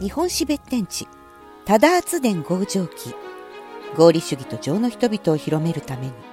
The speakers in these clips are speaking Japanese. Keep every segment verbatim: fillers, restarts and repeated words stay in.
日本史別天地多田圧伝合上記、合理主義と情の人々を広めるために。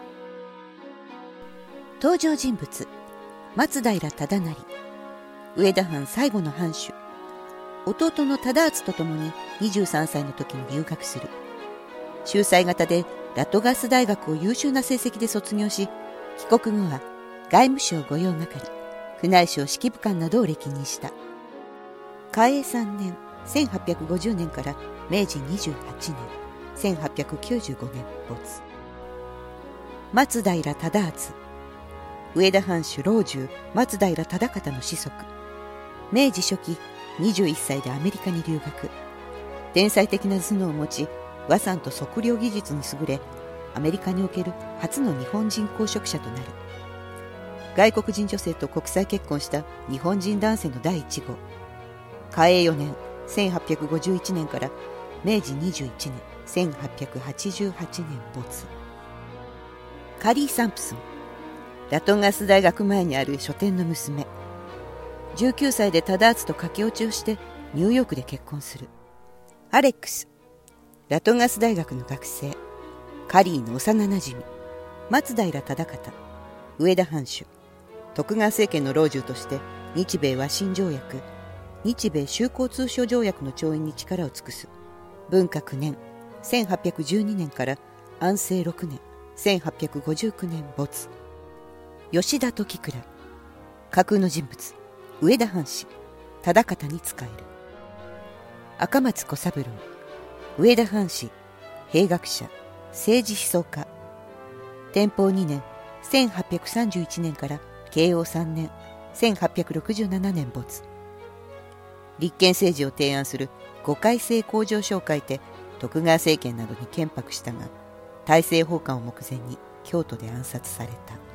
登場人物、松平忠成、上田藩最後の藩主。弟の忠厚と共ににじゅうさんさいの時に入学する。秀才型でラトガース大学を優秀な成績で卒業し、帰国後は外務省御用係、宮内省指揮部官などを歴任した。嘉永さんねんせんはっぴゃくごじゅうねんからめいじにじゅうはちねんせんはっぴゃくきゅうじゅうごねん没。松平忠厚、上田藩主老中松平忠方の子息。明治初期にじゅういっさいでアメリカに留学。天才的な頭脳を持ち、和算と測量技術に優れ、アメリカにおける初の日本人公職者となる。外国人女性と国際結婚した日本人男性の第一号。嘉永よねんせんはっぴゃくごじゅういちねんからめいじにじゅういちねんせんはっぴゃくはちじゅうはちねん没。カリー・サンプソン、ラトガース大学前にある書店の娘。じゅうきゅうさいで忠厚と駆け落ちをしてニューヨークで結婚する。アレックス、ラトガース大学の学生。カリーの幼なじみ。松平忠方、上田藩主。徳川政権の老中として日米和親条約、日米修好通商条約の調印に力を尽くす。文化きゅうねんせんはっぴゃくじゅうにねんから安政ろくねんせんはっぴゃくごじゅうきゅうねん没。吉田時倉、架空の人物、上田藩士、忠方に仕える。赤松小三郎、上田藩士、兵学者、政治思想家。天保にねんせんはっぴゃくさんじゅういちねんから慶応さんねんせんはっぴゃくろくじゅうななねん没。立憲政治を提案する五改正工場省を書いて徳川政権などに献白したが、大政奉還を目前に京都で暗殺され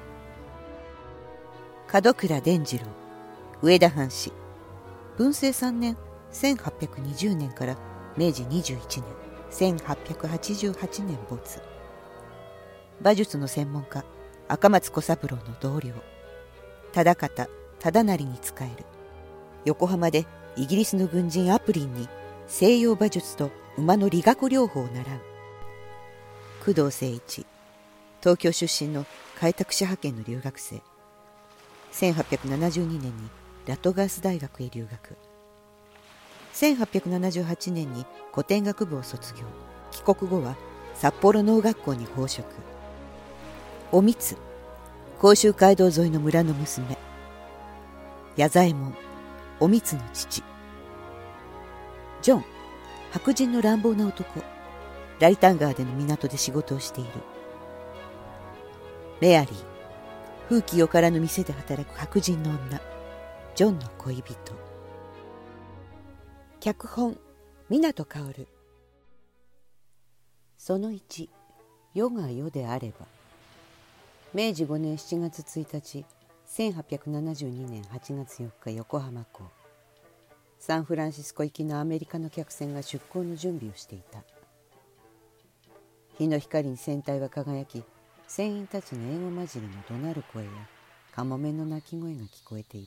た。門倉伝次郎、上田藩士。文政さんねんせんはっぴゃくにじゅうねんからめいじにじゅういちねんせんはっぴゃくはちじゅうはちねん没。馬術の専門家、赤松小三郎の同僚。忠方、忠成に仕える。横浜でイギリスの軍人アプリンに西洋馬術と馬の理学療法を習う。工藤誠一、東京出身の開拓者派遣の留学生。せんはっぴゃくななじゅうにねんにラトガース大学へ留学。せんはっぴゃくななじゅうはちねんに古典学部を卒業。帰国後は札幌農学校に奉職。おみつ、甲州街道沿いの村の娘。矢左衛門、おみつの父。ジョン、白人の乱暴な男。ライタン川での港で仕事をしている。メアリー、風紀よからぬ店で働く白人の女、ジョンの恋人。脚本、湊薫。そのいち、世が世であれば。めいじごねんしちがつついたち、せんはっぴゃくななじゅうにねんはちがつよっか横浜港。サンフランシスコ行きのアメリカの客船が出港の準備をしていた。日の光に船体は輝き、船員たちの英語混じりの怒鳴る声やカモメの鳴き声が聞こえている。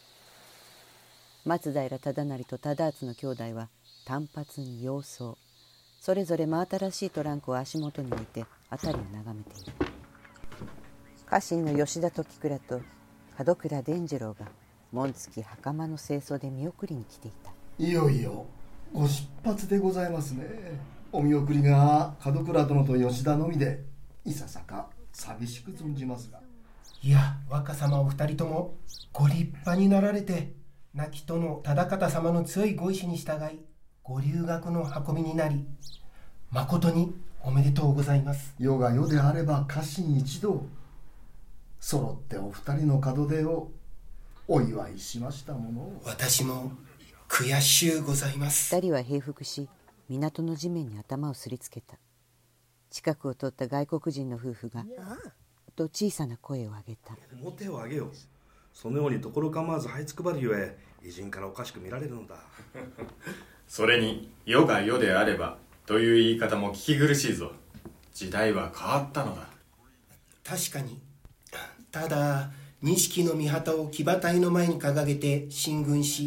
松平忠成と忠厚の兄弟は単発に様相、それぞれ真新しいトランクを足元に置いて辺りを眺めている。家臣の吉田時倉と門倉伝次郎が紋付き袴の清掃で見送りに来ていた。 いよいよご出発でございますね。お見送りが門倉殿と吉田のみでいささか寂しく存じますが。 いや、若様お二人ともご立派になられて、亡き殿忠方様の強いご意志に従いご留学の運びになり、誠におめでとうございます。 世が世であれば家臣一同揃ってお二人の門出をお祝いしましたもの。 私も悔しゅうございます。 二人は平伏し、港の地面に頭をすりつけた。近くを通った外国人の夫婦がと小さな声を上げた。 もう手を挙げよう。そのように所構わず這いつくばるゆえ、異人からおかしく見られるのだ。 それに世が世であればという言い方も聞き苦しいぞ。時代は変わったのだ。 確かに。ただ錦の御旗を騎馬隊の前に掲げて進軍し、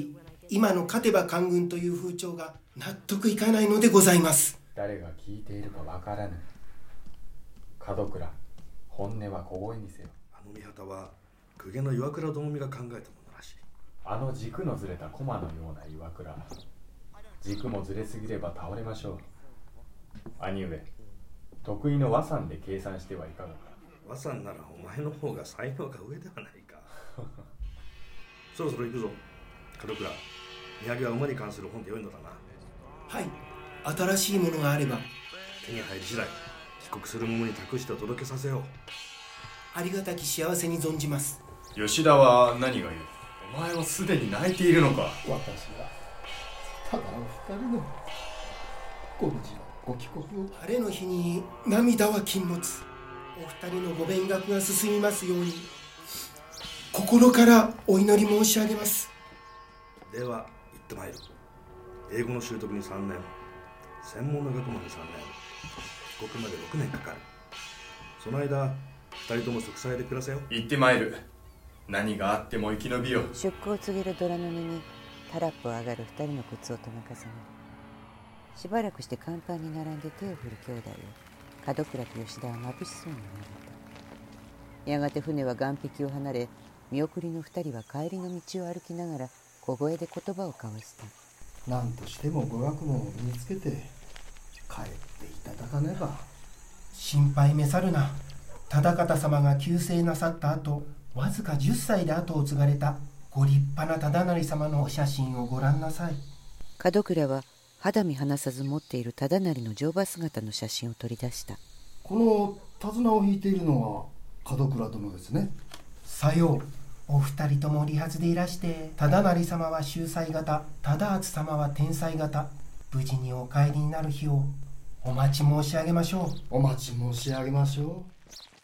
今の勝てば官軍という風潮が納得いかないのでございます。 誰が聞いているかわからぬ。門倉、本音は小声にせよ。 あの御旗は公家の岩倉殿美が考えたものらしい。 あの軸のずれた駒のような岩倉、軸もずれすぎれば倒れましょう。兄上、得意の和算で計算してはいかがか。 和算ならお前の方が才能が上ではないか。そろそろ行くぞ。門倉、土産は馬に関する本で良いのだな。 はい、新しいものがあれば。 手に入り次第帰国する者に託してお届けさせよう。 ありがたき幸せに存じます。 吉田は何が言う。お前はすでに泣いているのか。 私はただお二人のご無事のご帰国を。 晴れの日に涙は禁物。お二人のご勉学が進みますように心からお祈り申し上げます。 では行ってまいる。英語の習得にさんねん、専門の学問にさんねん、帰国までろくねんかかる。その間ふたりとも息災で暮らせよ。 行ってまいる。何があっても生き延びよう。 出航を告げるドラの荷にタラップを上がる二人のコツをとまかさまる。しばらくして甲板に並んで手を振る兄弟を門倉と吉田はまぶしそうに見た。やがて船は岸壁を離れ、見送りの二人は帰りの道を歩きながら小声で言葉を交わした。 何としても語学問を身につけて帰っていただかねば。 心配めさるな。忠方様が急逝なさった後、わずかじゅっさいで後を継がれたご立派な忠成様のお写真をご覧なさい。 門倉は肌身離さず持っている忠成の乗馬姿の写真を取り出した。 この手綱を引いているのは門倉殿ですね。 さよう。お二人とも利発でいらして、忠成様は秀才型、忠厚様は天才型。無事にお帰りになる日をお待ち申し上げましょう。 お待ち申し上げましょう。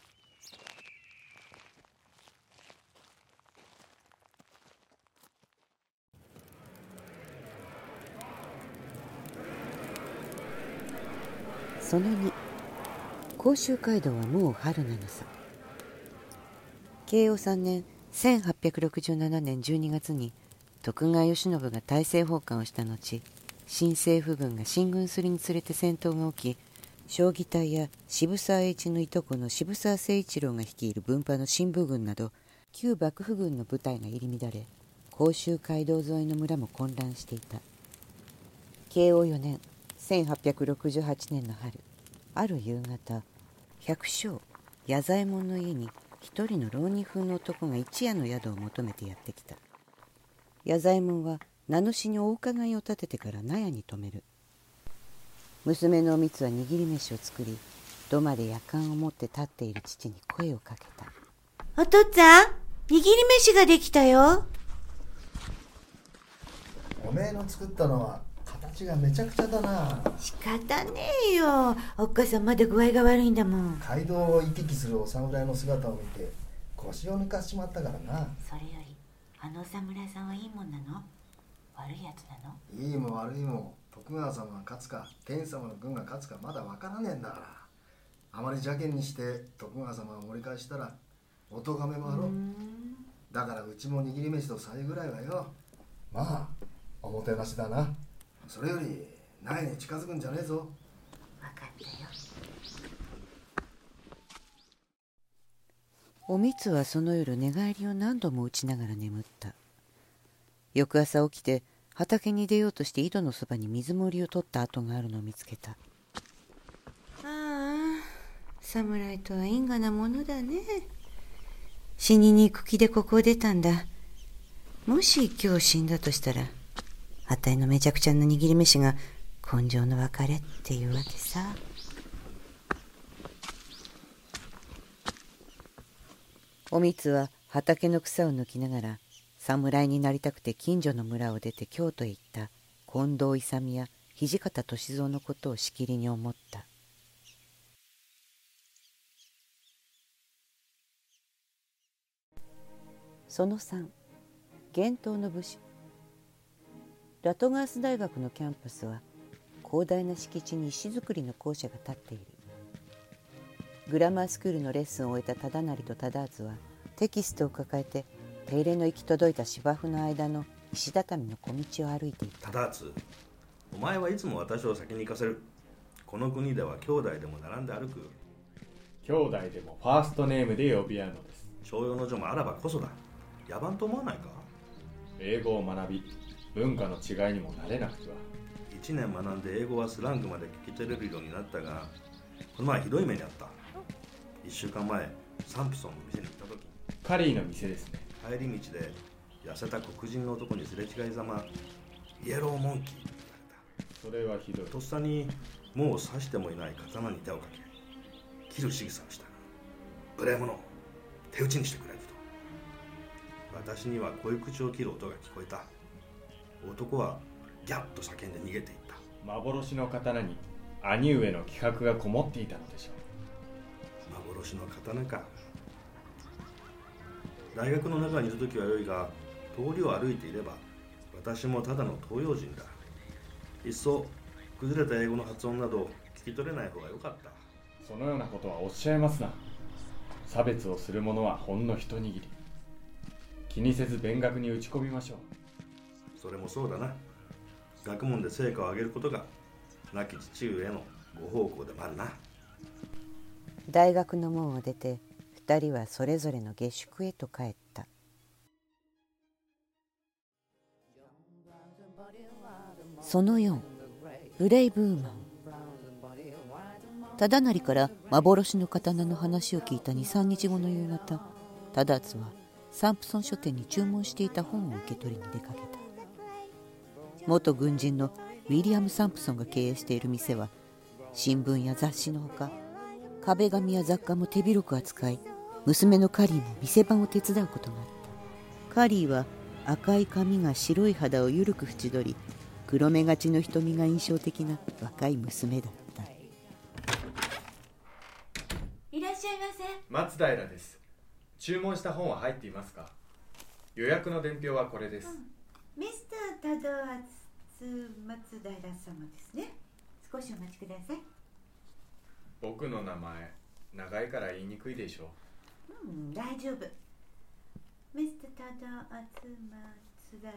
そのに、甲州街道はもう春なのさ。慶応さんねんせんはっぴゃくろくじゅうななねんじゅうにがつに徳川慶喜が大政奉還をした後、新政府軍が進軍するにつれて戦闘が起き、彰義隊や渋沢栄一のいとこの渋沢成一郎が率いる分派の新部軍など旧幕府軍の部隊が入り乱れ、甲州街道沿いの村も混乱していた。慶応よねんせんはっぴゃくろくじゅうはちねんの春、ある夕方、百姓矢左衛門の家に一人の浪人風の男が一夜の宿を求めてやってきた。矢左衛門は名主にお伺いを立ててから納屋に泊める。娘のおみつは握り飯を作り、土間でやかんを持って立っている父に声をかけた。 お父っつぁん、握り飯ができたよ。 おめえの作ったのは形がめちゃくちゃだな。 仕方ねえよ。おっかさんまで具合が悪いんだもん。 街道を行き来するお侍の姿を見て腰を抜かしちまったからな。 それよりあのお侍さんはいいもんなの？悪いやつなの？ いいも悪いも徳川様が勝つか天様の軍が勝つかまだ分からねえんだから。あまり邪険にして徳川様が盛り返したらお咎めもあろう。だからうちも握り飯とさゆぐらいはよ、まあおもてなしだな。それより苗に近づくんじゃねえぞ。 分かったよ。 おみつはその夜寝返りを何度も打ちながら眠った。翌朝起きて畑に出ようとして井戸のそばに水盛りを取った跡があるのを見つけた。ああ、侍とは因果なものだね。死にに行く気でここを出たんだ。もし今日死んだとしたら、あたいのめちゃくちゃな握り飯が今生の別れっていうわけさ。おみつは畑の草を抜きながら侍になりたくて近所の村を出て京都へ行った近藤勇や土方歳三のことをしきりに思った。そのさん、厳冬の武士。ラトガース大学のキャンパスは広大な敷地に石造りの校舎が建っている。グラマースクールのレッスンを終えた忠成と忠厚はテキストを抱えて手入れの行き届いた芝生の間の石畳の小道を歩いていた。 忠厚、お前はいつも私を先に行かせる。この国では兄弟でも並んで歩く。 兄弟でもファーストネームで呼び合うのです。 商用の女もあらばこそだ。野蛮と思わないか。 英語を学び、文化の違いにも慣れなくては。 一年学んで英語はスラングまで聞き取れるようになったが、この前ひどい目にあった。一週間前、サンプソンの店に行った時、 カリーの店ですね。 帰り道で痩せた黒人の男にすれ違いざま、イエローモンキーとそれはひどい。 とっさにもう刺してもいない刀に手をかけ、切る仕草をした。無礼者、手打ちにしてくれると。私には恋口を切る音が聞こえた。男はギャッと叫んで逃げていった。 幻の刀に兄上の気迫がこもっていたのでしょう。幻の刀か。大学の中にいるときは良いが、通りを歩いていれば私もただの東洋人だ。いっそ崩れた英語の発音など聞き取れない方が良かった。 そのようなことはおっしゃいますな。差別をする者はほんの一握り。気にせず勉学に打ち込みましょう。 それもそうだな。学問で成果を上げることが亡き父上へのご奉公でもあるな。 大学の門を出て二人はそれぞれの下宿へと帰った。そのよん、ブレイブウーマン。忠成から幻の刀の話を聞いた にさんにちごの夕方、忠厚はサンプソン書店に注文していた本を受け取りに出かけた。元軍人のウィリアム・サンプソンが経営している店は、新聞や雑誌のほか壁紙や雑貨も手広く扱い、娘のカリーも店番を手伝うことがあった。カリーは赤い髪が白い肌をゆるく縁取り、黒目がちの瞳が印象的な若い娘だった。 いらっしゃいませ。 松平です。注文した本は入っていますか？予約の伝票はこれです。うん、 ミスター・タドアツ松平様ですね。少しお待ちください。 僕の名前長いから言いにくいでしょう。うん、大丈夫。ミスター・タドアツ松平、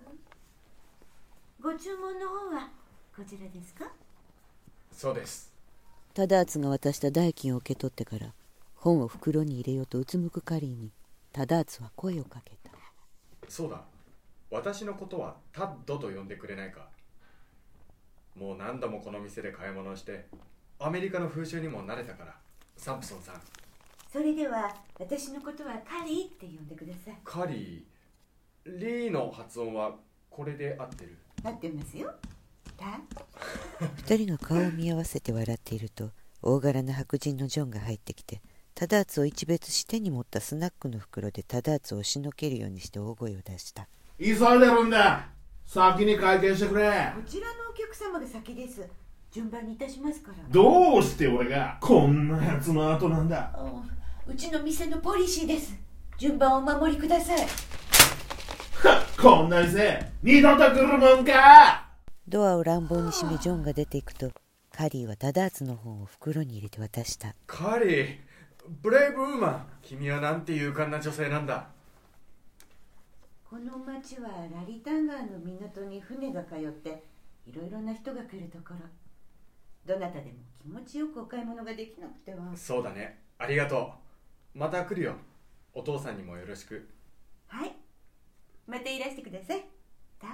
ご注文の方はこちらですか？ そうです。 忠厚が渡した代金を受け取ってから本を袋に入れようとうつむくカリーに忠厚は声をかけた。 そうだ、私のことはタッドと呼んでくれないか。もう何度もこの店で買い物をしてアメリカの風習にも慣れたから。サンプソンさん、 それでは私のことはカリーって呼んでください。 カリー、リーの発音はこれで合ってる？ 合ってますよ。 二人が顔を見合わせて笑っていると、大柄な白人のジョンが入ってきて、忠厚を一別し手に持ったスナックの袋で忠厚を押しのけるようにして大声を出した。 急いでるんだ、先に会計してくれ。 こちらのお客様が先です。順番にいたしますから。 どうして俺がこんなやつの後なんだ。 うちの店のポリシーです。順番をお守りください。 こんな店二度と来るもんか。 ドアを乱暴に閉めジョンが出ていくと、カリーは忠厚の本を袋に入れて渡した。 カリー、ブレイブウーマン、君はなんて勇敢な女性なんだ。 この町はラリタン川の港に船が通っていろいろな人が来るところ。どなたでも気持ちよくお買い物ができなくては。 そうだね、ありがとう。また来るよ。お父さんにもよろしく。 はい、またいらしてください。だ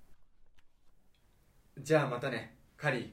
じゃあまたね、カリー。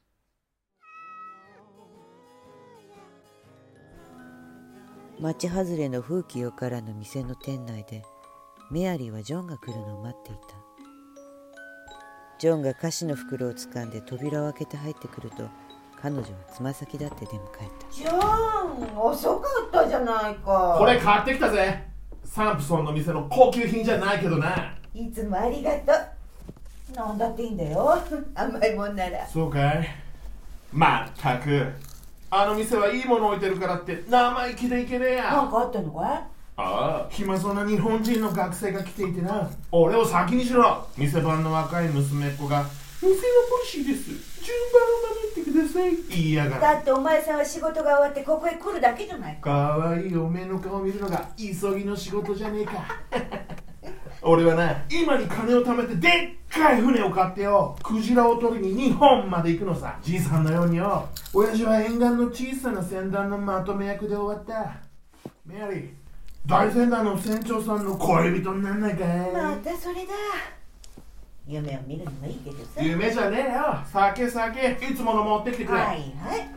町外れの風紀よからぬ店の店内で、メアリーはジョンが来るのを待っていた。ジョンが菓子の袋を掴んで扉を開けて入ってくると、彼女はつま先立って出迎えた。 ジョン、遅かったじゃないか。 これ買ってきたぜ。サンプソンの店の高級品じゃないけどな。 いつもありがとう。なんだっていいんだよ、甘いもんなら。 そうかい。まったく、あの店はいいもの置いてるからって生意気でいけねえや。 なんかあったのかい？ ああ、暇そうな日本人の学生が来ていてな。俺を先にしろ。店番の若い娘っ子が、店のポリシーです、順番を守ってください、言いやがる。 だってお前さんは仕事が終わってここへ来るだけじゃないか。 かわいいおめえの顔見るのが急ぎの仕事じゃねえか。 俺はな、今に金を貯めてでっかい船を買ってよ、クジラを取りに日本まで行くのさ。じいさんのようによ、親父は沿岸の小さな船団のまとめ役で終わった。メアリー、大船団の船長さんの恋人になんないかい？ またそれだ。夢を見るのはいいけどさ。 夢じゃねえよ。酒酒、いつもの持ってきてくれ。 はいはい。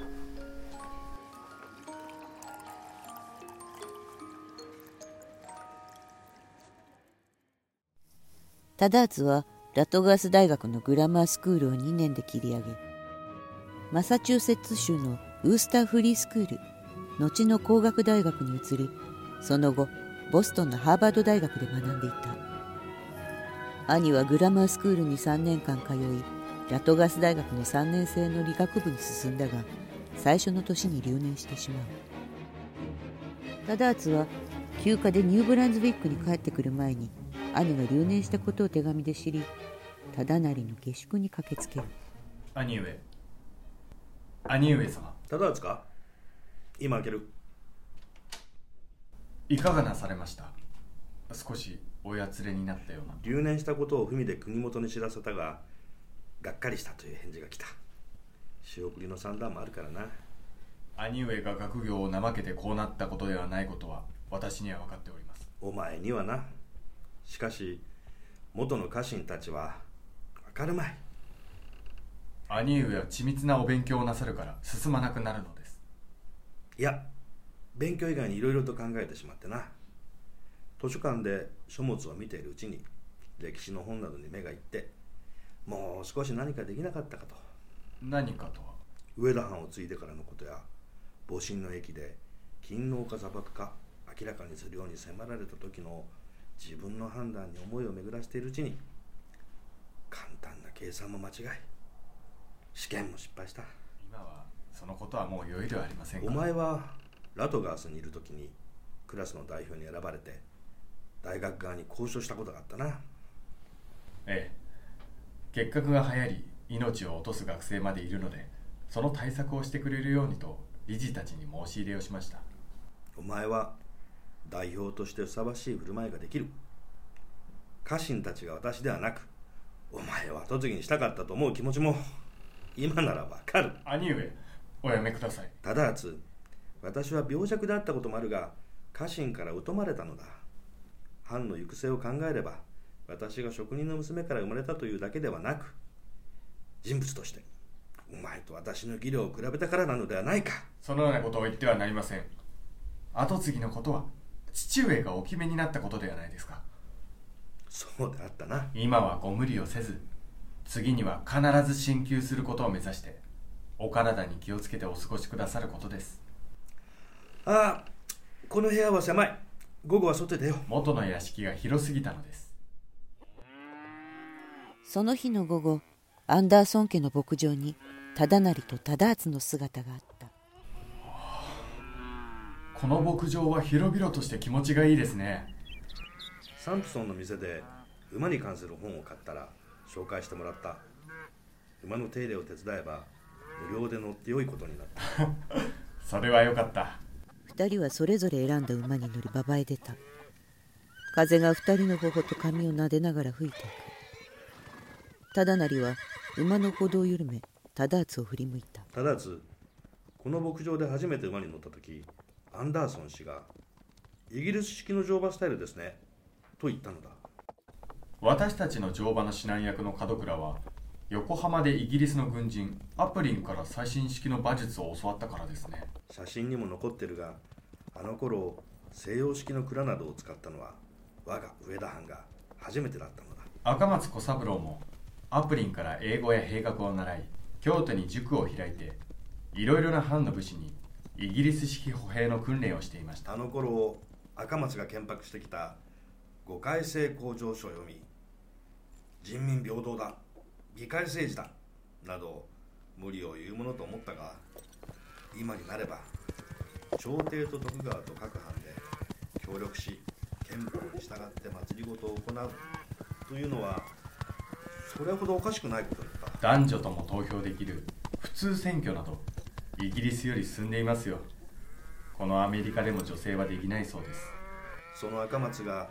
タダーツはラトガース大学のグラマースクールをにねんで切り上げ、マサチューセッツ州のウースターフリースクール、後の工学大学に移り、その後ボストンのハーバード大学で学んでいた。兄はグラマースクールにさんねんかん通い、ラトガース大学のさんねん生の理学部に進んだが、最初の年に留年してしまう。タダーツは休暇でニューブランズウィックに帰ってくる前に、兄が留年したことを手紙で知り、ただなりの下宿に駆けつける。 兄上、兄上様。 ただですか？今開ける。 いかがなされました？少しおやつれになったような。 留年したことを文で国元に知らせたが、がっかりしたという返事が来た。仕送りの算段もあるからな。 兄上が学業を怠けてこうなったことではないことは私には分かっております。 お前にはな。しかし元の家臣たちは分かるまい。 兄上は緻密なお勉強をなさるから進まなくなるのです。 いや、勉強以外にいろいろと考えてしまってな。図書館で書物を見ているうちに歴史の本などに目がいって、もう少し何かできなかったかと。 何かとは？ 上田藩を継いでからのことや、戊辰の役で勤王か座幕か明らかにするように迫られた時の自分の判断に思いを巡らしているうちに、簡単な計算も間違い、試験も失敗した。 今はそのことはもう良いではありませんか。 お前はラトガースにいる時にクラスの代表に選ばれて大学側に交渉したことがあったな。 ええ、結核が流行り命を落とす学生までいるので、その対策をしてくれるようにと理事たちに申し入れをしました。 お前は代表としてふさわしい振る舞いができる。家臣たちが私ではなく、お前を後継ぎにしたかったと思う気持ちも今ならわかる。 兄上、おやめください。 ただつ、私は病弱であったこともあるが、家臣から疎まれたのだ。藩の行く末を考えれば、私が職人の娘から生まれたというだけではなく、人物としてお前と私の技量を比べたからなのではないか。 そのようなことを言ってはなりません。後継ぎのことは父上がお決めになったことではないですか。 そうであったな。 今はご無理をせず、次には必ず進級することを目指してお体に気をつけてお過ごしくださることです。 ああ、この部屋は狭い。午後は外でよ。 元の屋敷が広すぎたのです。 その日の午後、アンダーソン家の牧場にタダナリとタダーツの姿があった。 この牧場は広々として気持ちがいいですね。 サンプソンの店で馬に関する本を買ったら紹介してもらった。馬の手入れを手伝えば無料で乗って良いことになった。 それはよかった。 二人はそれぞれ選んだ馬に乗り馬場へ出た。風が二人の頬と髪を撫でながら吹いていく。タダナリは馬の歩道を緩め、タダーツを振り向いた。 タダーツ、この牧場で初めて馬に乗った時、アンダーソン氏がイギリス式の乗馬スタイルですねと言ったのだ。 私たちの乗馬の指南役の門倉は横浜でイギリスの軍人アプリンから最新式の馬術を教わったからですね。 写真にも残ってるが、あの頃西洋式の蔵などを使ったのは我が上田藩が初めてだったのだ。 赤松小三郎もアプリンから英語や兵学を習い、京都に塾を開いていろいろな藩の武士にイギリス式歩兵の訓練をしていました。 あの頃赤松が建白してきた五改正工場書を読み、人民平等だ、議会政治だなど無理を言うものと思ったが、今になれば朝廷と徳川と各藩で協力し憲法に従って政を行うというのはそれほどおかしくないことだった。 男女とも投票できる普通選挙などイギリスより進んでいますよ。このアメリカでも女性はできないそうです。 その赤松が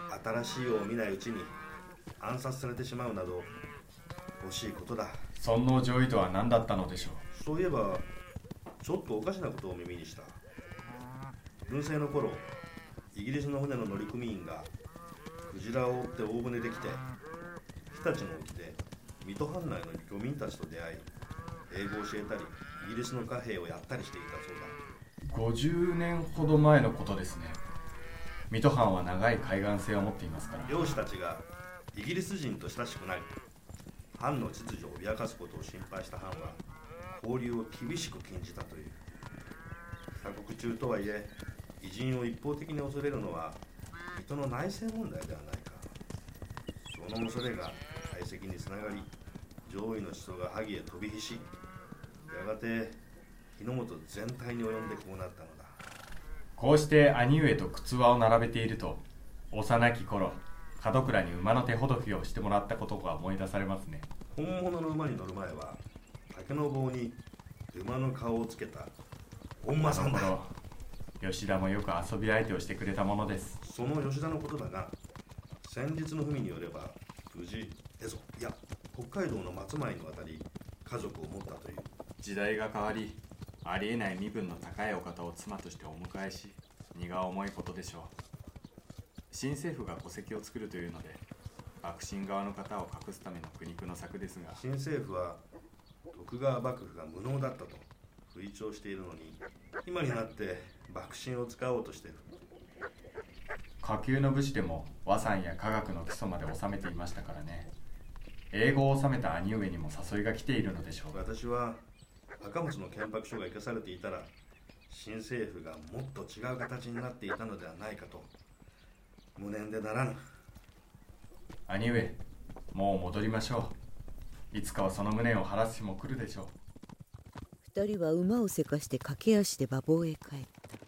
新しい世を見ないうちに暗殺されてしまうなど惜しいことだ。 尊王攘夷とは何だったのでしょう。 そういえばちょっとおかしなことを耳にした。軍政の頃、イギリスの船の乗組員がクジラを追って大船で来て、日立の沖で水戸藩内の漁民たちと出会い、英語を教えたりイギリスの貨幣をやったりしていたそうだ。 ごじゅうねんほど前のことですね。水戸藩は長い海岸線を持っていますから。 漁師たちがイギリス人と親しくなり、藩の秩序を脅かすことを心配した藩は交流を厳しく禁じたという。鎖国中とはいえ、異人を一方的に恐れるのは水戸の内政問題ではないか。その恐れが排斥につながり、攘夷の思想が萩へ飛び火し、やがて日の本全体に及んでこうなったのだ。 こうして兄上と靴輪を並べていると、幼き頃門倉に馬の手ほどきをしてもらったことが思い出されますね。 本物の馬に乗る前は竹の棒に馬の顔をつけた本間さんだ。 吉田もよく遊び相手をしてくれたものです。 その吉田のことだが、先日の文によれば無事蝦夷、いや北海道の松前に渡り家族を持ったという。 時代が変わり、ありえない身分の高いお方を妻としてお迎えし、荷が重いことでしょう。新政府が戸籍を作るというので、幕臣側の方を隠すための苦肉の策ですが、 新政府は徳川幕府が無能だったと吹聴しているのに、今になって幕臣を使おうとしている。 下級の武士でも和算や科学の基礎まで収めていましたからね。英語を収めた兄上にも誘いが来ているのでしょう。 私は赤松の憲白書が生かされていたら、新政府がもっと違う形になっていたのではないかと無念でならぬ。 兄上、もう戻りましょう。いつかはその無念を晴らす日も来るでしょう。 二人は馬をせかして駆け足で馬房へ帰った。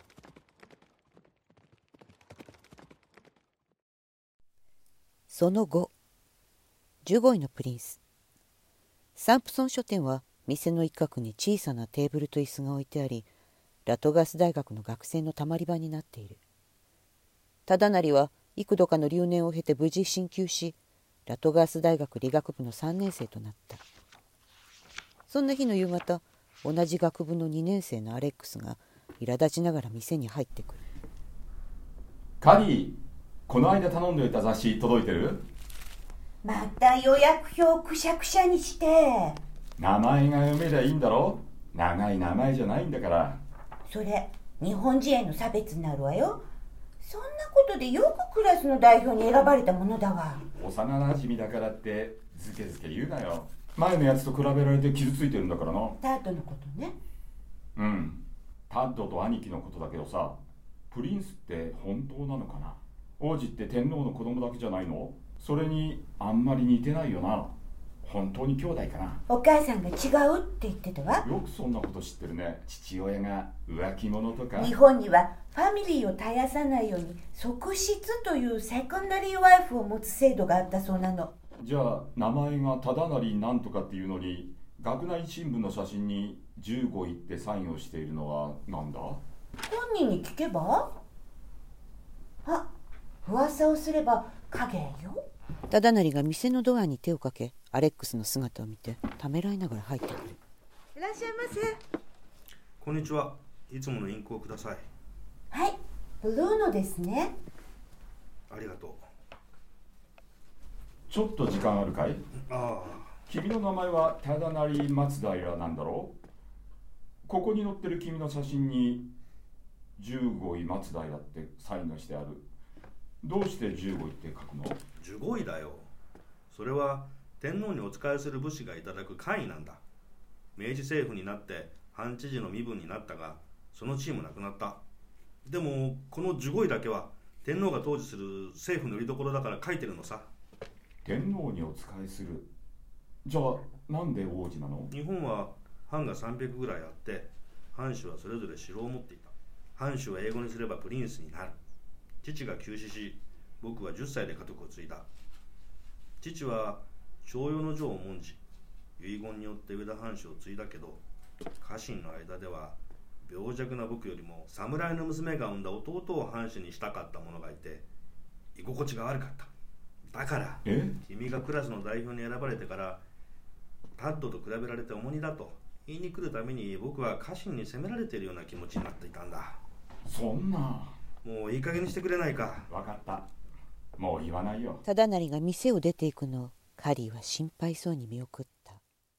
その後、ジュゴイのプリンス。サンプソン書店は店の一角に小さなテーブルと椅子が置いてあり、ラトガース大学の学生のたまり場になっている。忠成は幾度かの留年を経て無事進級し、ラトガース大学理学部のさんねん生となった。そんな日の夕方、同じ学部のにねん生のアレックスが苛立ちながら店に入ってくる。 カリー、この間頼んでおいた雑誌届いてる？ また予約表くしゃくしゃにして。 名前が読めりゃいいんだろ？長い名前じゃないんだから。 それ日本人への差別になるわよ。そんなことでよくクラスの代表に選ばれたものだわ。 幼なじみだからってずけずけ言うなよ。前のやつと比べられて傷ついてるんだからな。 タッドのことね。 うん、タッドと兄貴のことだけどさ、プリンスって本当なのかな？王子って天皇の子供だけじゃないの？それにあんまり似てないよな。本当に兄弟かな？ お母さんが違うって言ってたわ。 よくそんなこと知ってるね。父親が浮気者とか。 日本にはファミリーを絶やさないように側室というセカンダリーワイフを持つ制度があったそうなの。 じゃあ名前が忠成なんとかっていうのに、学内新聞の写真にじゅうごいってサインをしているのはなんだ？ 本人に聞けば？あ、噂をすれば影よ。 忠成が店のドアに手をかけ、アレックスの姿を見てためらいながら入ってくる。 いらっしゃいませ。 こんにちは。いつものインクをください。 はい、ブルーのですね。 ありがとう。 ちょっと時間あるかい？ ああ。 君の名前は忠成松平なんだろう？ここに載ってる君の写真にじゅうごい松平ってサインがしてある。どうしてじゅうごいって書くの？ じゅうごいだよ。それは天皇にお仕えする武士がいただく官位なんだ。明治政府になって藩知事の身分になったが、その地位もなくなった。でもこのじゅうごいだけは天皇が統治する政府のよりどころだから書いてるのさ。 天皇にお仕えする。じゃあなんで王子なの？ 日本は藩がさんびゃくぐらいあって、藩主はそれぞれ城を持っていた。藩主は英語にすればプリンスになる。父が急死し、僕はじゅっさいで家督を継いだ。父は徴用の女を重んじ、遺言によって上田藩主を継いだけど、家臣の間では病弱な僕よりも侍の娘が産んだ弟を藩主にしたかった者がいて、 居心地が悪かった。だから君がクラスの代表に選ばれてからタッドと比べられて重荷だと言いに来るために僕は家臣に責められているような気持ちになっていたんだ。 そんな。 もういい加減にしてくれないか。 分かった、もう言わないよ。 忠成が店を出ていくのをカリーは心配そうに見送った。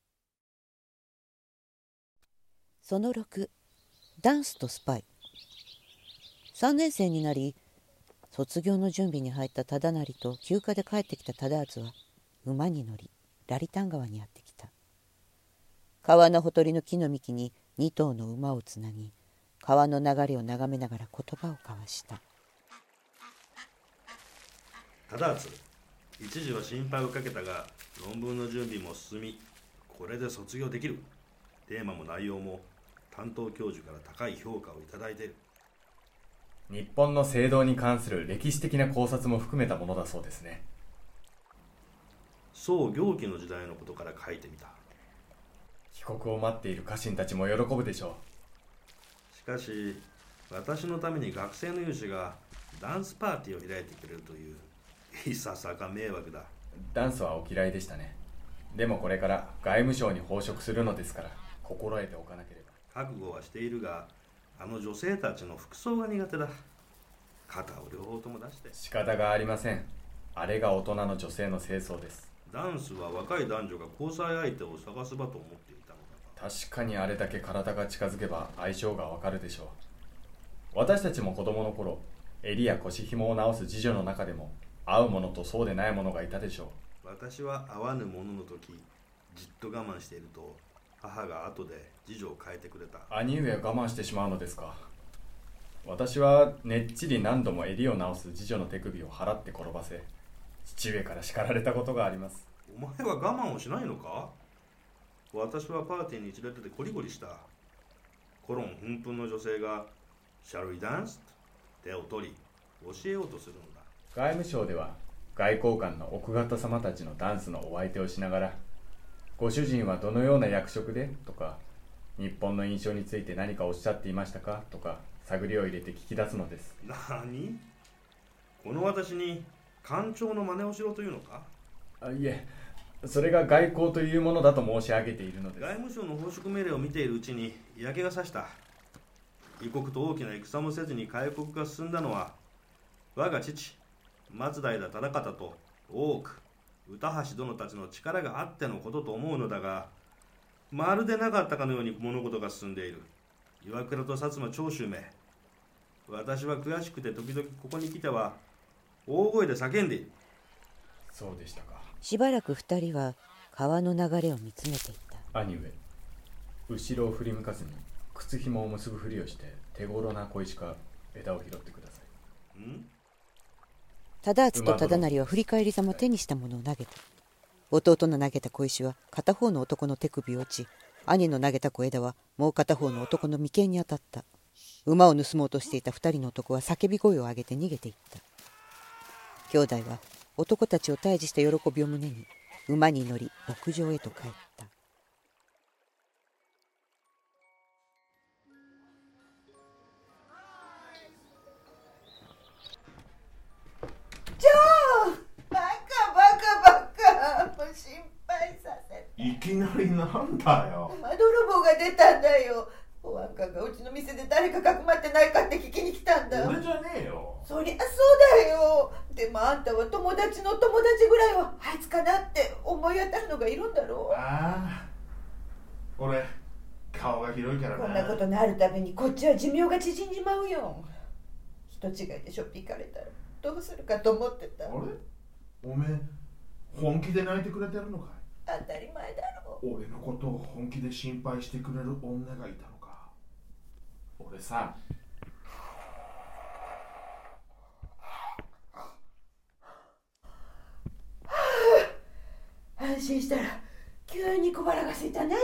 そのろく、ダンスとスパイ。さんねん生になり卒業の準備に入った忠成と休暇で帰ってきた忠厚は馬に乗りラリタン川にやってきた。川のほとりの木の幹にに頭の馬をつなぎ、川の流れを眺めながら言葉を交わした。 忠厚、一時は心配をかけたが論文の準備も進み、これで卒業できる。テーマも内容も担当教授から高い評価をいただいている。 日本の政道に関する歴史的な考察も含めたものだそうですね。 宋行基の時代のことから書いてみた。 帰国を待っている家臣たちも喜ぶでしょう。しかし私のために学生の有志がダンスパーティーを開いてくれるという、いささか迷惑だ。 ダンスはお嫌いでしたね。でもこれから外務省に奉職するのですから心得ておかなければ。 覚悟はしているが、あの女性たちの服装が苦手だ。肩を両方とも出して。 仕方がありません。あれが大人の女性の清掃です。 ダンスは若い男女が交際相手を探す場と思っていたのだが。確かにあれだけ体が近づけば相性がわかるでしょう。私たちも子供の頃、襟や腰紐を直す次女の中でも合うものとそうでないものがいたでしょう。私は合わぬものの時、じっと我慢していると母が後で次女を変えてくれた。 兄上は我慢してしまうのですか。私はねっちり何度も襟を直す次女の手首を払って転ばせ、父上から叱られたことがあります。 お前は我慢をしないのか。私はパーティーに連れててコリコリした。コロン奮奮の女性がシャルイダンスと手を取り教えようとするのだ。 外務省では外交官の奥方様たちのダンスのお相手をしながら、ご主人はどのような役職でとか、日本の印象について何かおっしゃっていましたかとか探りを入れて聞き出すのです。 何？この私に官庁の真似をしろというのか。 あ、いえ、それが外交というものだと申し上げているのです。 外務省の奉職命令を見ているうちに嫌気がさした。異国と大きな戦もせずに開国が進んだのは我が父松平忠方と大奥歌橋殿たちの力があってのことと思うのだが、まるでなかったかのように物事が進んでいる。岩倉と薩摩長州め、私は悔しくて時々ここに来ては大声で叫んでいる。 そうでしたか。 しばらく二人は川の流れを見つめていた。 兄上、後ろを振り向かずに靴紐を結ぶふりをして手頃な小石か枝を拾ってください。 ん？ 忠厚と忠成は振り返りざま手にしたものを投げた。弟の投げた小石は片方の男の手首を打ち、兄の投げた小枝はもう片方の男の眉間に当たった。馬を盗もうとしていた二人の男は叫び声を上げて逃げていった。兄弟は男たちを退治した喜びを胸に馬に乗り牧場へと帰った。 ジョー、バカバカバカ、もう心配させて。 いきなりなんだよ。 馬泥棒が出たんだよ。お若がうちの店で誰かかくまってないかって聞きに来たんだ。 俺じゃねえよ。 そりゃそうだよ。でもあんたは友達の友達ぐらいはあいつかなって思い当たるのがいるんだろう。 ああ、俺顔が広いからな。 こんなことになるたびにこっちは寿命が縮んじまうよ。人違いでしょっぴかれたらどうするかと思ってた。 あれ、おめえ本気で泣いてくれてるのかい。 当たり前だろ。 俺のことを本気で心配してくれる女がいたのか。俺さ、 安心したら急に小腹が空いたね。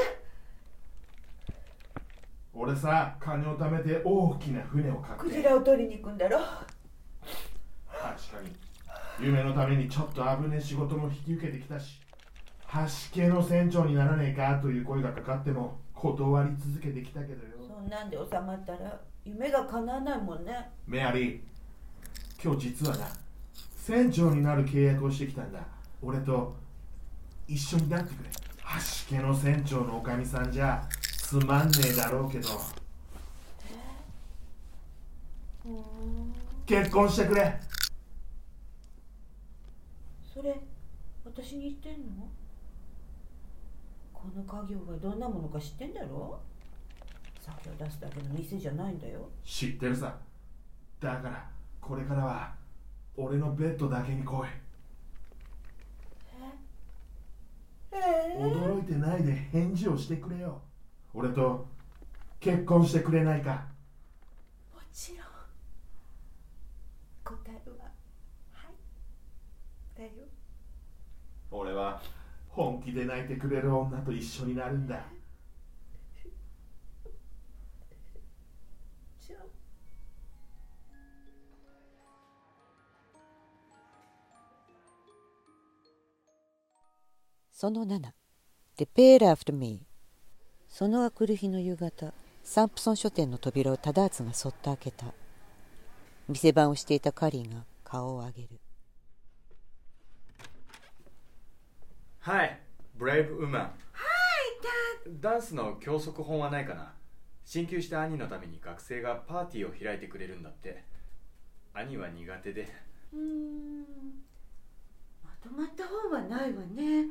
俺さ、金を貯めて大きな船を買ってクジラを取りに行くんだろ。 確かに夢のためにちょっと危ねえ仕事も引き受けてきたし、橋系の船長にならねえかという声がかかっても断り続けてきたけどよ。 そんなんで収まったら夢が叶わないもんね。 メアリー、今日実はな、 船長になる契約をしてきたんだ。俺と一緒になってくれ。橋家の船長のおかみさんじゃつまんねえだろうけど、結婚してくれ。 それ私に言ってんの？この家業がどんなものか知ってんだろ？酒を出すだけの店じゃないんだよ。 知ってるさ。だからこれからは俺のベッドだけに来い。 ええー、 驚いてないで返事をしてくれよ。俺と結婚してくれないか？ もちろん。答えははいだよ。 俺は本気で泣いてくれる女と一緒になるんだ。 じゃあそのなな、Repair After Me。そのあくる日の夕方、サンプソン書店の扉をタダーツがそっと開けた。店番をしていたカリーが顔を上げる。 はい、ブレイブウーマン。はい、ダダンスの教則本はないかな。進級した兄のために学生がパーティーを開いてくれるんだって。兄は苦手で。 うーん、まとまった本はないわね。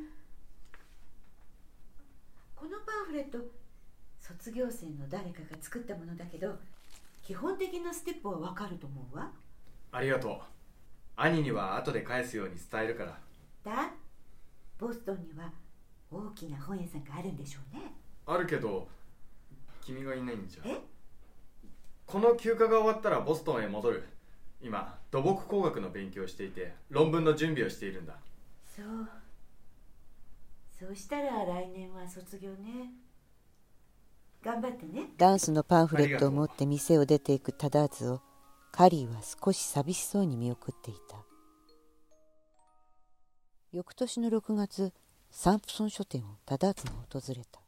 このパンフレット、卒業生の誰かが作ったものだけど、基本的なステップはわかると思うわ。 ありがとう。兄には後で返すように伝えるから。 だ、ボストンには大きな本屋さんがあるんでしょうね。 あるけど君がいないんじゃ。 え？ この休暇が終わったらボストンへ戻る。今土木工学の勉強をしていて論文の準備をしているんだ。 そう。そうしたら来年は卒業ね。頑張ってね。 ダンスのパンフレットを持って店を出ていくタダーツをカリーは少し寂しそうに見送っていた。翌年のろくがつ、サンプソン書店をタダーツが訪れた。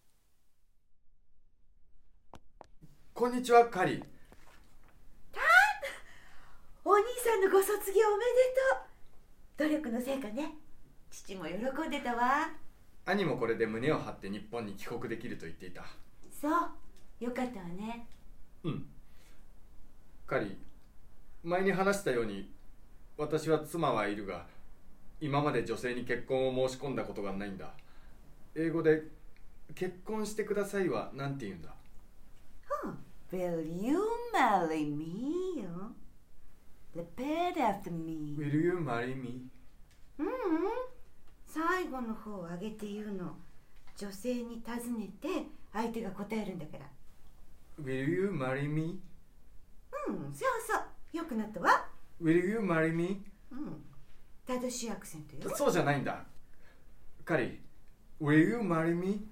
こんにちは、カリー。 タン、お兄さんのご卒業おめでとう。努力の成果ね。父も喜んでたわ。 兄もこれで胸を張って日本に帰国できると言っていた。 そう、よかったわね。 うん。カリー、前に話したように私は妻はいるが今まで女性に結婚を申し込んだことがないんだ。英語で結婚してくださいはなんて言うんだ？ Will you marry me? Repeat after me. Will you marry me? ううん、最後の方を上げて言うの。女性に尋ねて相手が答えるんだから。 Will you marry me? うん、そうそう、よくなったわ。 Will you marry me? うん、正しいアクセントよ。 そうじゃないんだ。カリー、Will you marry me?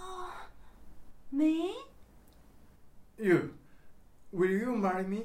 Me? You, will you marry me?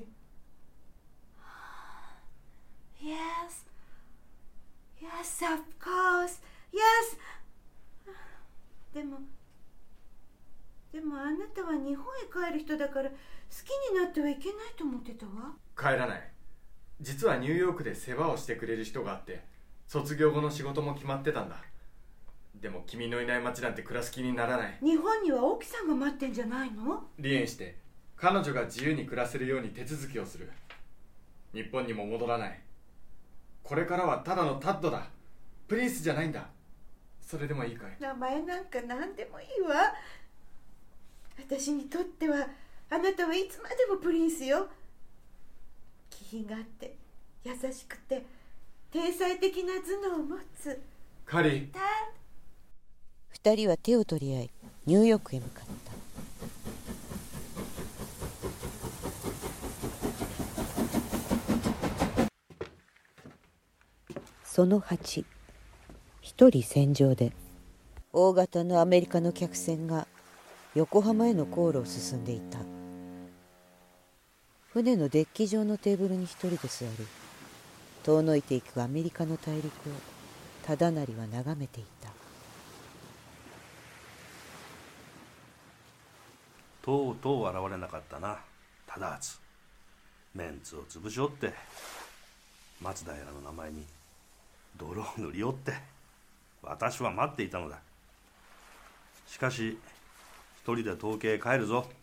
Yes. Yes, of course. Yes. でも、でもあなたは日本へ帰る人だから好きになってはいけないと思ってたわ。 帰らない。実はニューヨークで世話をしてくれる人があって卒業後の仕事も決まってたんだ。でも君のいない街なんて暮らす気にならない。 日本には奥さんが待ってんじゃないの？ 離縁して彼女が自由に暮らせるように手続きをする。日本にも戻らない。これからはただのタッドだ。プリンスじゃないんだ。それでもいいかい？ 名前なんか何でもいいわ。私にとってはあなたはいつまでもプリンスよ。気品があって優しくて天才的な頭脳を持つ。 カリー。 二人は手を取り合いニューヨークへ向かった。そのはち、一人船上で大型のアメリカの客船が横浜への航路を進んでいた。船のデッキ上のテーブルに一人で座り、遠のいていくアメリカの大陸を忠成は眺めていた。 とうとう現れなかったな、タダーツ。メンツを潰しおって松平の名前に泥を塗りおって私は待っていたのだ。しかし一人で東京へ帰るぞ。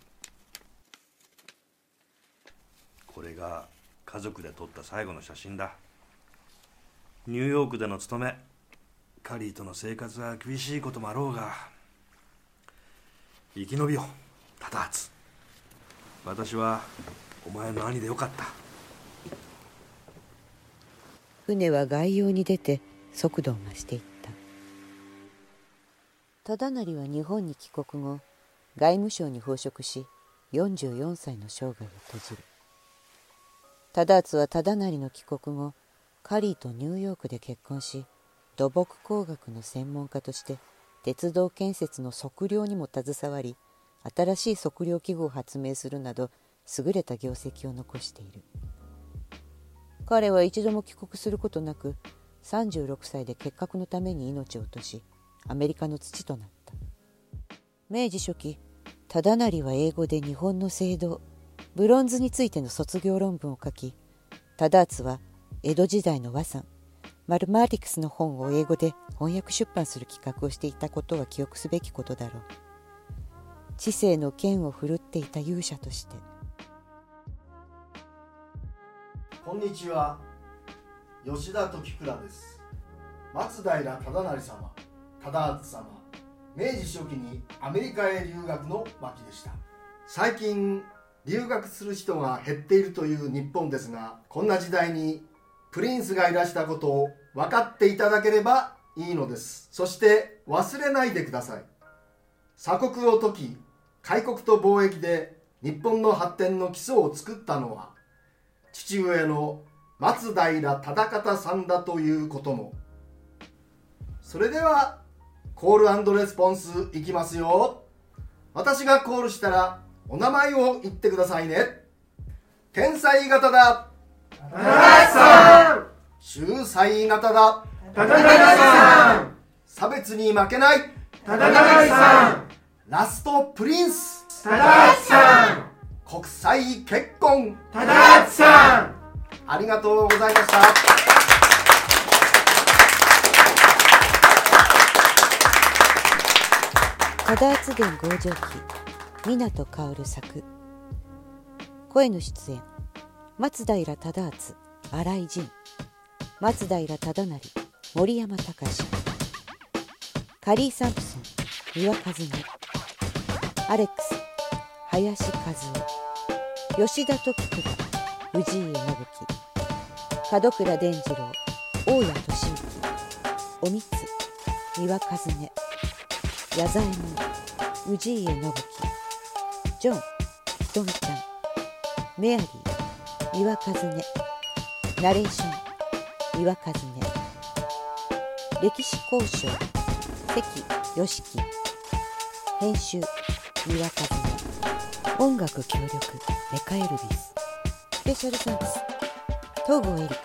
これが家族で撮った最後の写真だ。ニューヨークでの勤め、カリーとの生活は厳しいこともあろうが、生き延びよタダーツ。私はお前の兄でよかった。 船は外洋に出て速度を増していった。忠成は日本に帰国後、外務省に奉職し、よんじゅうよんさいの生涯を閉じる。タダーツは忠成の帰国後、カリーとニューヨークで結婚し、土木工学の専門家として鉄道建設の測量にも携わり、新しい測量器具を発明するなど優れた業績を残している。彼は一度も帰国することなく、さんじゅうろくさいで結核のために命を落とし、アメリカの土となった。明治初期、忠成は英語で日本の青銅、ブロンズについての卒業論文を書き、タダーツは江戸時代の和算、マルマーティクスの本を英語で翻訳出版する企画をしていたことは記憶すべきことだろう。知性の剣を振るっていた勇者として。 こんにちは、吉田時倉です。松平忠成様、忠厚様、明治初期にアメリカへ留学の巻でした。最近留学する人が減っているという日本ですが、こんな時代にプリンスがいらしたことを分かっていただければいいのです。そして忘れないでください。鎖国を解き、開国と貿易で日本の発展の基礎を作ったのは父上の松平忠勝さんだということも。それではコール&レスポンスいきますよ。私がコールしたらお名前を言ってくださいね。天才型だ、 忠勝さん。 秀才型だ、 忠勝さん。 差別に負けない、 忠勝さん。 ラストプリンス、 忠勝さん。 国際結婚、 忠勝さん。 ありがとうございました。 忠厚伝合上記、湊薫作。声の出演、松平忠厚、新井仁、松平忠成、森山隆、カリー・サンプソン、三輪和音、アレックス、林和夫、吉田時倉、氏家信樹、門倉伝次郎、大谷俊之、おみつ、三輪和音、矢左衛門、氏家信樹、ジョン、ひとみちゃん、メアリー、三輪和音、ナレーション、三輪和音、歴史交渉、関良樹、編集、三輪和音、音楽協力、メカエルビス、スペシャルサンクス、東郷エリカ。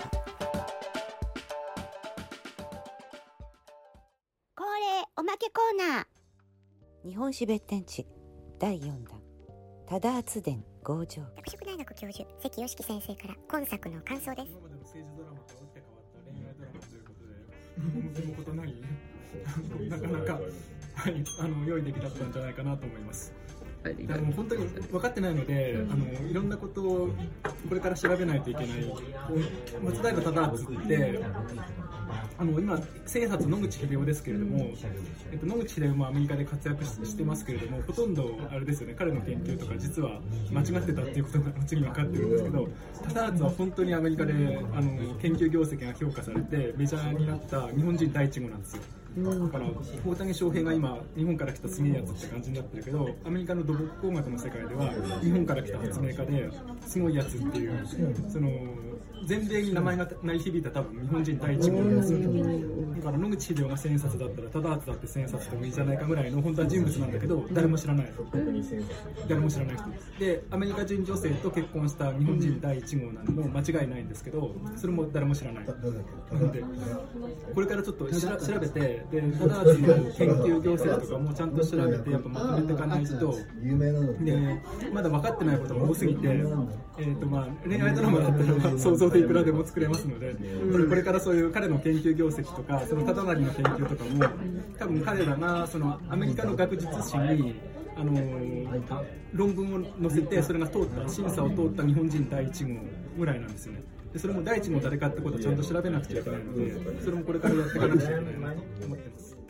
恒例おまけコーナー。 日本史別展地だいよんだん、忠厚伝合上。 拓殖大学教授関良樹先生から今作の感想です。 今までの政治ドラマと打って変わった恋愛ドラマということで、でもことないなかなか、はい、あの良い出来だったんじゃないかなと思います。でも本当に分かってないので、あのいろんなことをこれから調べないといけない。松平忠厚ってあの今千円札野口英世ですけれども、えっと、野口英世もアメリカで活躍してますけれども、ほとんどあれですよね、彼の研究とか実は間違ってたっていうことが後に分かってるんですけど、忠厚は本当にアメリカであの研究業績が評価されてメジャーになった日本人第一号なんですよ。だから大谷翔平が今日本から来たすげえやつって感じになってるけど、アメリカの土木工学の世界では日本から来た発明家ですごいやつっていう、その全米に名前が鳴り響いた多分日本人第一号なんですよ。だから野口英世が千円札だったら忠厚だって千円札でもいいじゃないかぐらいの本当は人物なんだけど、誰も知らない、誰も知らない人で、アメリカ人女性と結婚した日本人第一号なのも間違いないんですけど、それも誰も知らない。なのでこれからちょっと調べて、で忠厚の研究業績とかもちゃんと調べてやっぱまとめていかないと、でまだ分かってないことが多すぎて、 えーとまあ、恋愛ドラマだったら想像でいくらでも作れますので、これ、これからそういう彼の研究業績とかその忠成の研究とかも多分彼らがそのアメリカの学術誌にあのー、論文を載せてそれが通った審査を通った日本人第一号ぐらいなんですよね。でそれも第一号誰かってことをちゃんと調べなくちゃいけないので、それもこれからやっていかなくちゃいけないなと思ってます。